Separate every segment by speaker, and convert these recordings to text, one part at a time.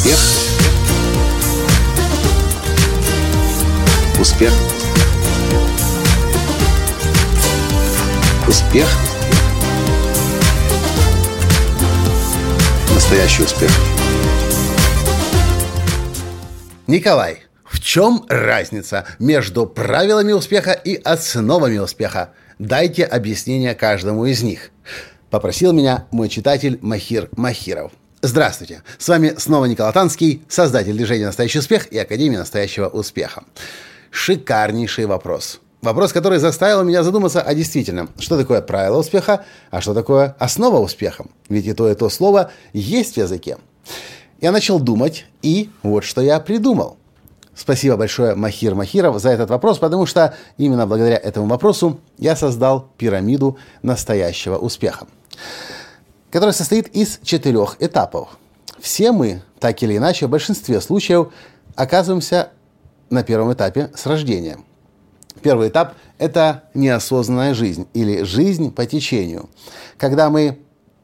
Speaker 1: Успех. Успех. Успех. Настоящий успех.
Speaker 2: Николай, в чем разница между правилами успеха и основами успеха? Дайте объяснение каждому из них. Попросил меня мой читатель Махир Махиров. Здравствуйте, с вами снова Николай Танский, создатель движения «Настоящий успех» и Академии настоящего успеха. Шикарнейший вопрос. Вопрос, который заставил меня задуматься о действительном, что такое правило успеха, а что такое основа успеха. Ведь и то слово есть в языке. Я начал думать, и вот что я придумал. Спасибо большое, Махир Махиров, за этот вопрос, потому что именно благодаря этому вопросу я создал пирамиду настоящего успеха, которая состоит из 4 этапов. Все мы, так или иначе, в большинстве случаев оказываемся на первом этапе с рождения. Первый этап – это неосознанная жизнь или жизнь по течению, когда мы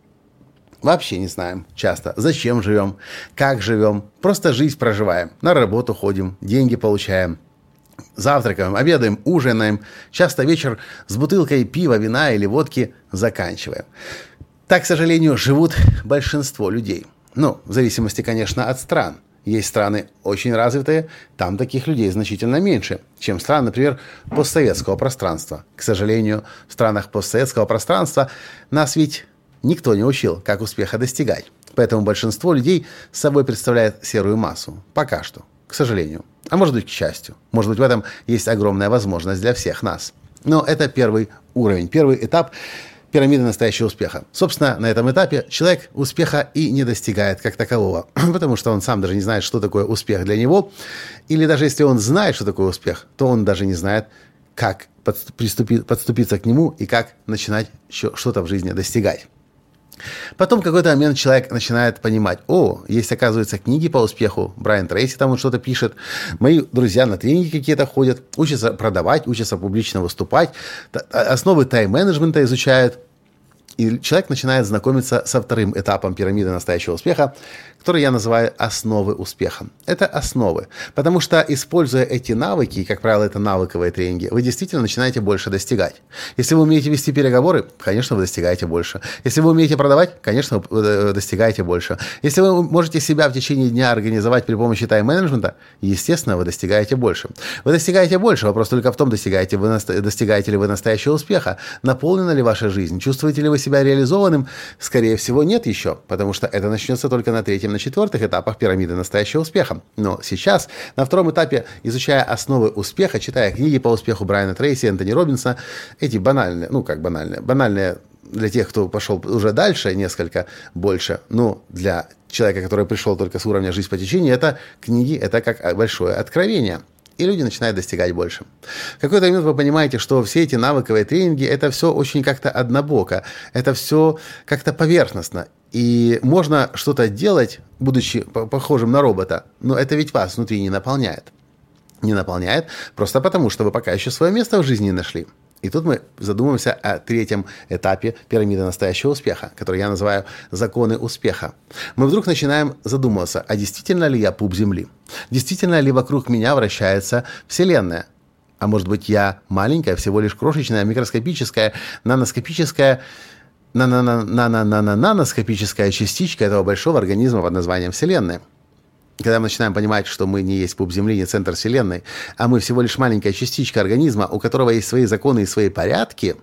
Speaker 2: вообще не знаем часто, зачем живем, как живем, просто жизнь проживаем, на работу ходим, деньги получаем, завтракаем, обедаем, ужинаем, часто вечер с бутылкой пива, вина или водки заканчиваем. Так, к сожалению, живут большинство людей. В зависимости, конечно, от стран. Есть страны очень развитые, там таких людей значительно меньше, чем страны, например, постсоветского пространства. К сожалению, в странах постсоветского пространства нас ведь никто не учил, как успеха достигать. Поэтому большинство людей с собой представляет серую массу. Пока что. К сожалению. А может быть, к счастью. Может быть, в этом есть огромная возможность для всех нас. Но это первый уровень, первый этап пирамиды настоящего успеха. Собственно, на этом этапе человек успеха и не достигает как такового. Потому что он сам даже не знает, что такое успех для него. Или даже если он знает, что такое успех, то он даже не знает, как подступиться к нему и как начинать что-то в жизни достигать. Потом в какой-то момент человек начинает понимать, есть, оказывается, книги по успеху, Брайан Трейси там что-то пишет, мои друзья на тренинги какие-то ходят, учатся продавать, учатся публично выступать, основы тайм-менеджмента изучают. И человек начинает знакомиться со вторым этапом пирамиды настоящего успеха, который я называю основы успеха. Это основы. Потому что, используя эти навыки, как правило, это навыковые тренинги, вы действительно начинаете больше достигать. Если вы умеете вести переговоры, конечно, вы достигаете больше. Если вы умеете продавать, конечно, вы достигаете больше. Если вы можете себя в течение дня организовать при помощи тайм-менеджмента, естественно, вы достигаете больше. Вы достигаете больше. Вопрос только в том, достигаете ли вы настоящего успеха. Наполнена ли ваша жизнь? Чувствуете ли вы себя реализованным? Скорее всего, нет еще, потому что это начнется только на 3-м, на 4-х этапах пирамиды настоящего успеха. Но сейчас, на 2-м этапе, изучая основы успеха, читая книги по успеху Брайана Трейси, Энтони Роббинса, эти банальные для тех, кто пошел уже дальше, несколько больше, для человека, который пришел только с уровня «Жизнь по течению», это книги, это как большое откровение. И люди начинают достигать больше. В какой-то момент вы понимаете, что все эти навыковые тренинги, это все очень как-то однобоко, это все как-то поверхностно. И можно что-то делать, будучи похожим на робота, но это ведь вас внутри не наполняет. Не наполняет просто потому, что вы пока еще свое место в жизни не нашли. И тут мы задумаемся о 3-м этапе пирамиды настоящего успеха, который я называю «законы успеха». Мы вдруг начинаем задумываться, а действительно ли я пуп Земли? Действительно ли вокруг меня вращается Вселенная? А может быть, я маленькая, всего лишь крошечная, микроскопическая, наноскопическая частичка этого большого организма под названием Вселенная? Когда мы начинаем понимать, что мы не есть пуп Земли, не центр Вселенной, а мы всего лишь маленькая частичка организма, у которого есть свои законы и свои порядки,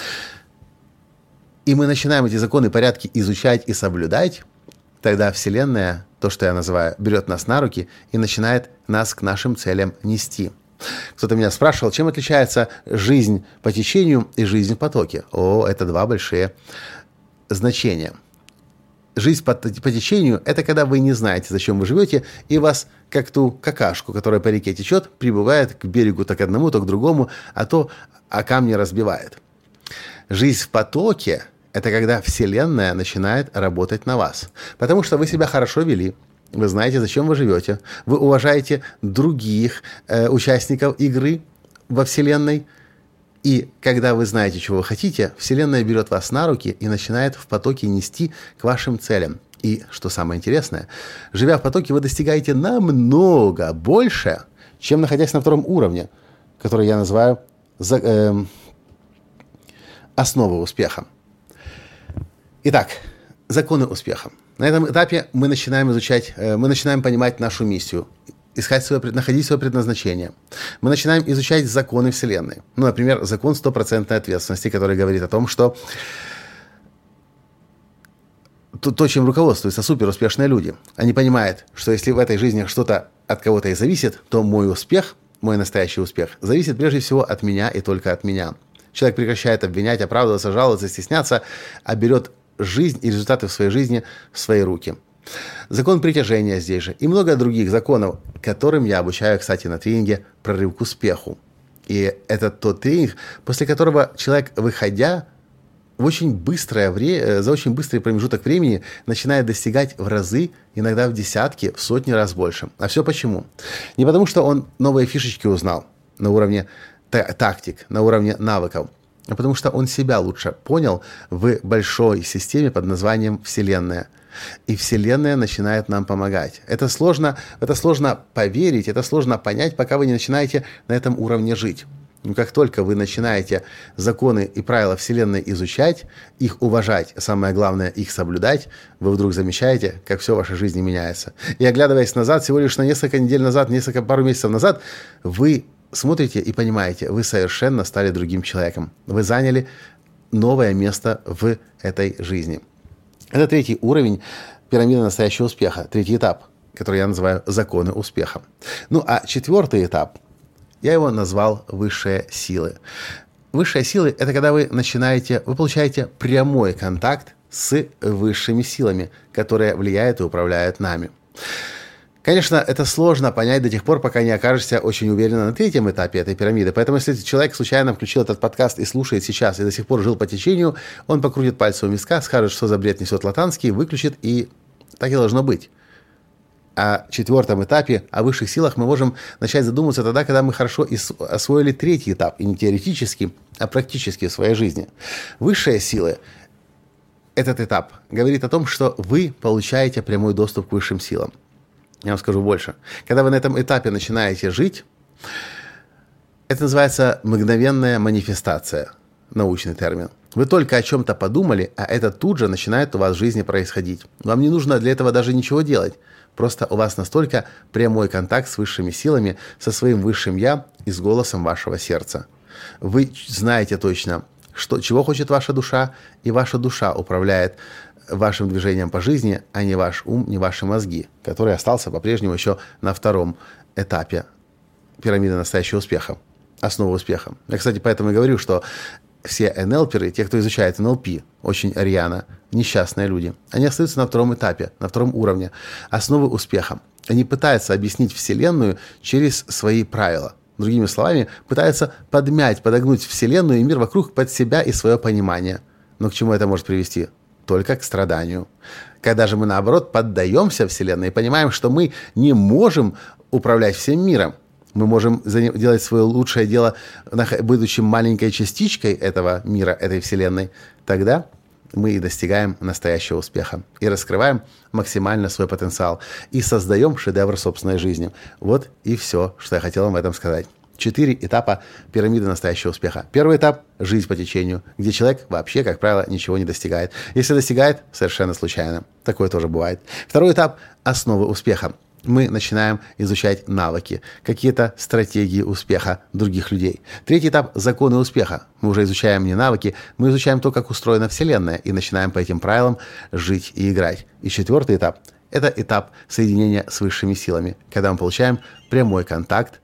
Speaker 2: и мы начинаем эти законы и порядки изучать и соблюдать, тогда Вселенная, то, что я называю, берет нас на руки и начинает нас к нашим целям нести. Кто-то меня спрашивал, чем отличается жизнь по течению и жизнь в потоке. Это 2 большие значения. Жизнь по течению – это когда вы не знаете, зачем вы живете, и вас, как ту какашку, которая по реке течет, прибывает к берегу то к одному, то к другому, а камни разбивает. Жизнь в потоке – это когда Вселенная начинает работать на вас, потому что вы себя хорошо вели, вы знаете, зачем вы живете, вы уважаете других участников игры во Вселенной, и когда вы знаете, чего вы хотите, Вселенная берет вас на руки и начинает в потоке нести к вашим целям. И, что самое интересное, живя в потоке, вы достигаете намного больше, чем находясь на втором уровне, который я называю основой успеха. Итак, законы успеха. На этом этапе мы начинаем понимать нашу миссию, находить свое предназначение. Мы начинаем изучать законы Вселенной. Ну, например, закон 100% ответственности, который говорит о том, что то, чем руководствуются суперуспешные люди. Они понимают, что если в этой жизни что-то от кого-то и зависит, то мой успех, мой настоящий успех, зависит прежде всего от меня и только от меня. Человек прекращает обвинять, оправдываться, жаловаться, стесняться, а берет жизнь и результаты в своей жизни в свои руки. Закон притяжения здесь же и много других законов, которым я обучаю, кстати, на тренинге «Прорыв к успеху». И это тот тренинг, после которого человек, выходя за очень быстрый промежуток времени, начинает достигать в разы, иногда в десятки, в сотни раз больше. А все почему? Не потому, что он новые фишечки узнал на уровне тактик, на уровне навыков, а потому что он себя лучше понял в большой системе под названием Вселенная. И Вселенная начинает нам помогать. Это сложно поверить, это сложно понять, пока вы не начинаете на этом уровне жить. Но как только вы начинаете законы и правила Вселенной изучать, их уважать, а самое главное, их соблюдать, вы вдруг замечаете, как все в вашей жизни меняется. И оглядываясь назад, всего лишь на несколько недель назад, пару месяцев назад, вы смотрите и понимаете, вы совершенно стали другим человеком. Вы заняли новое место в этой жизни. Это третий уровень пирамиды настоящего успеха, третий этап, который я называю законы успеха. Ну а четвертый этап, я его назвал высшие силы. Высшие силы – это когда вы получаете прямой контакт с высшими силами, которые влияют и управляют нами. Конечно, это сложно понять до тех пор, пока не окажешься очень уверенно на третьем этапе этой пирамиды. Поэтому, если человек случайно включил этот подкаст и слушает сейчас, и до сих пор жил по течению, он покрутит пальцем у виска, скажет, что за бред несет Латанский, выключит, и так и должно быть. О четвертом этапе, о высших силах мы можем начать задумываться тогда, когда мы хорошо освоили третий этап, и не теоретически, а практически в своей жизни. Высшие силы, этот этап, говорит о том, что вы получаете прямой доступ к высшим силам. Я вам скажу больше. Когда вы на этом этапе начинаете жить, это называется мгновенная манифестация, научный термин. Вы только о чем-то подумали, а это тут же начинает у вас в жизни происходить. Вам не нужно для этого даже ничего делать. Просто у вас настолько прямой контакт с высшими силами, со своим высшим «я» и с голосом вашего сердца. Вы знаете точно, чего хочет ваша душа, и ваша душа управляет вашим движением по жизни, а не ваш ум, не ваши мозги, который остался по-прежнему еще на втором этапе пирамиды настоящего успеха, основы успеха. Я, кстати, поэтому и говорю, что все НЛперы, те, кто изучает НЛП, очень рьяно, несчастные люди, они остаются на втором этапе, на втором уровне основы успеха. Они пытаются объяснить Вселенную через свои правила. Другими словами, пытаются подогнуть Вселенную и мир вокруг под себя и свое понимание. Но к чему это может привести? Только к страданию. Когда же мы, наоборот, поддаемся Вселенной и понимаем, что мы не можем управлять всем миром, мы можем делать свое лучшее дело, будучи маленькой частичкой этого мира, этой Вселенной, тогда мы и достигаем настоящего успеха. И раскрываем максимально свой потенциал. И создаем шедевр собственной жизни. Вот и все, что я хотел вам в этом сказать. 4 этапа пирамиды настоящего успеха. Первый этап – жизнь по течению, где человек вообще, как правило, ничего не достигает. Если достигает, совершенно случайно. Такое тоже бывает. Второй этап – основы успеха. Мы начинаем изучать навыки, какие-то стратегии успеха других людей. Третий этап – законы успеха. Мы уже изучаем не навыки, мы изучаем то, как устроена Вселенная, и начинаем по этим правилам жить и играть. И четвертый этап – это этап соединения с высшими силами, когда мы получаем прямой контакт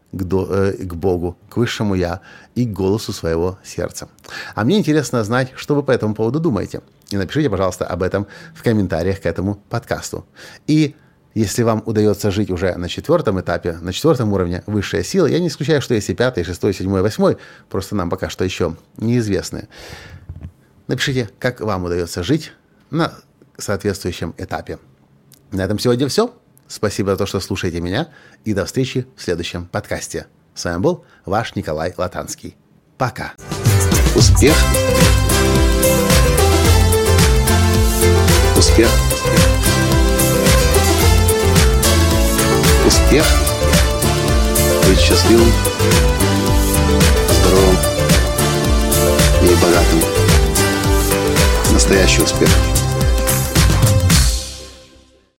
Speaker 2: к Богу, к высшему Я и к голосу своего сердца. А мне интересно знать, что вы по этому поводу думаете. И напишите, пожалуйста, об этом в комментариях к этому подкасту. И если вам удается жить уже на четвертом этапе, на четвертом уровне высшая сила, я не исключаю, что есть и 5, 6, 7, 8, просто нам пока что еще неизвестны. Напишите, как вам удается жить на соответствующем этапе. На этом сегодня все. Спасибо за то, что слушаете меня, и до встречи в следующем подкасте. С вами был ваш Николай Латанский. Пока.
Speaker 1: Успех.
Speaker 2: Успех. Быть счастливым, здоровым и богатым. Настоящий успех.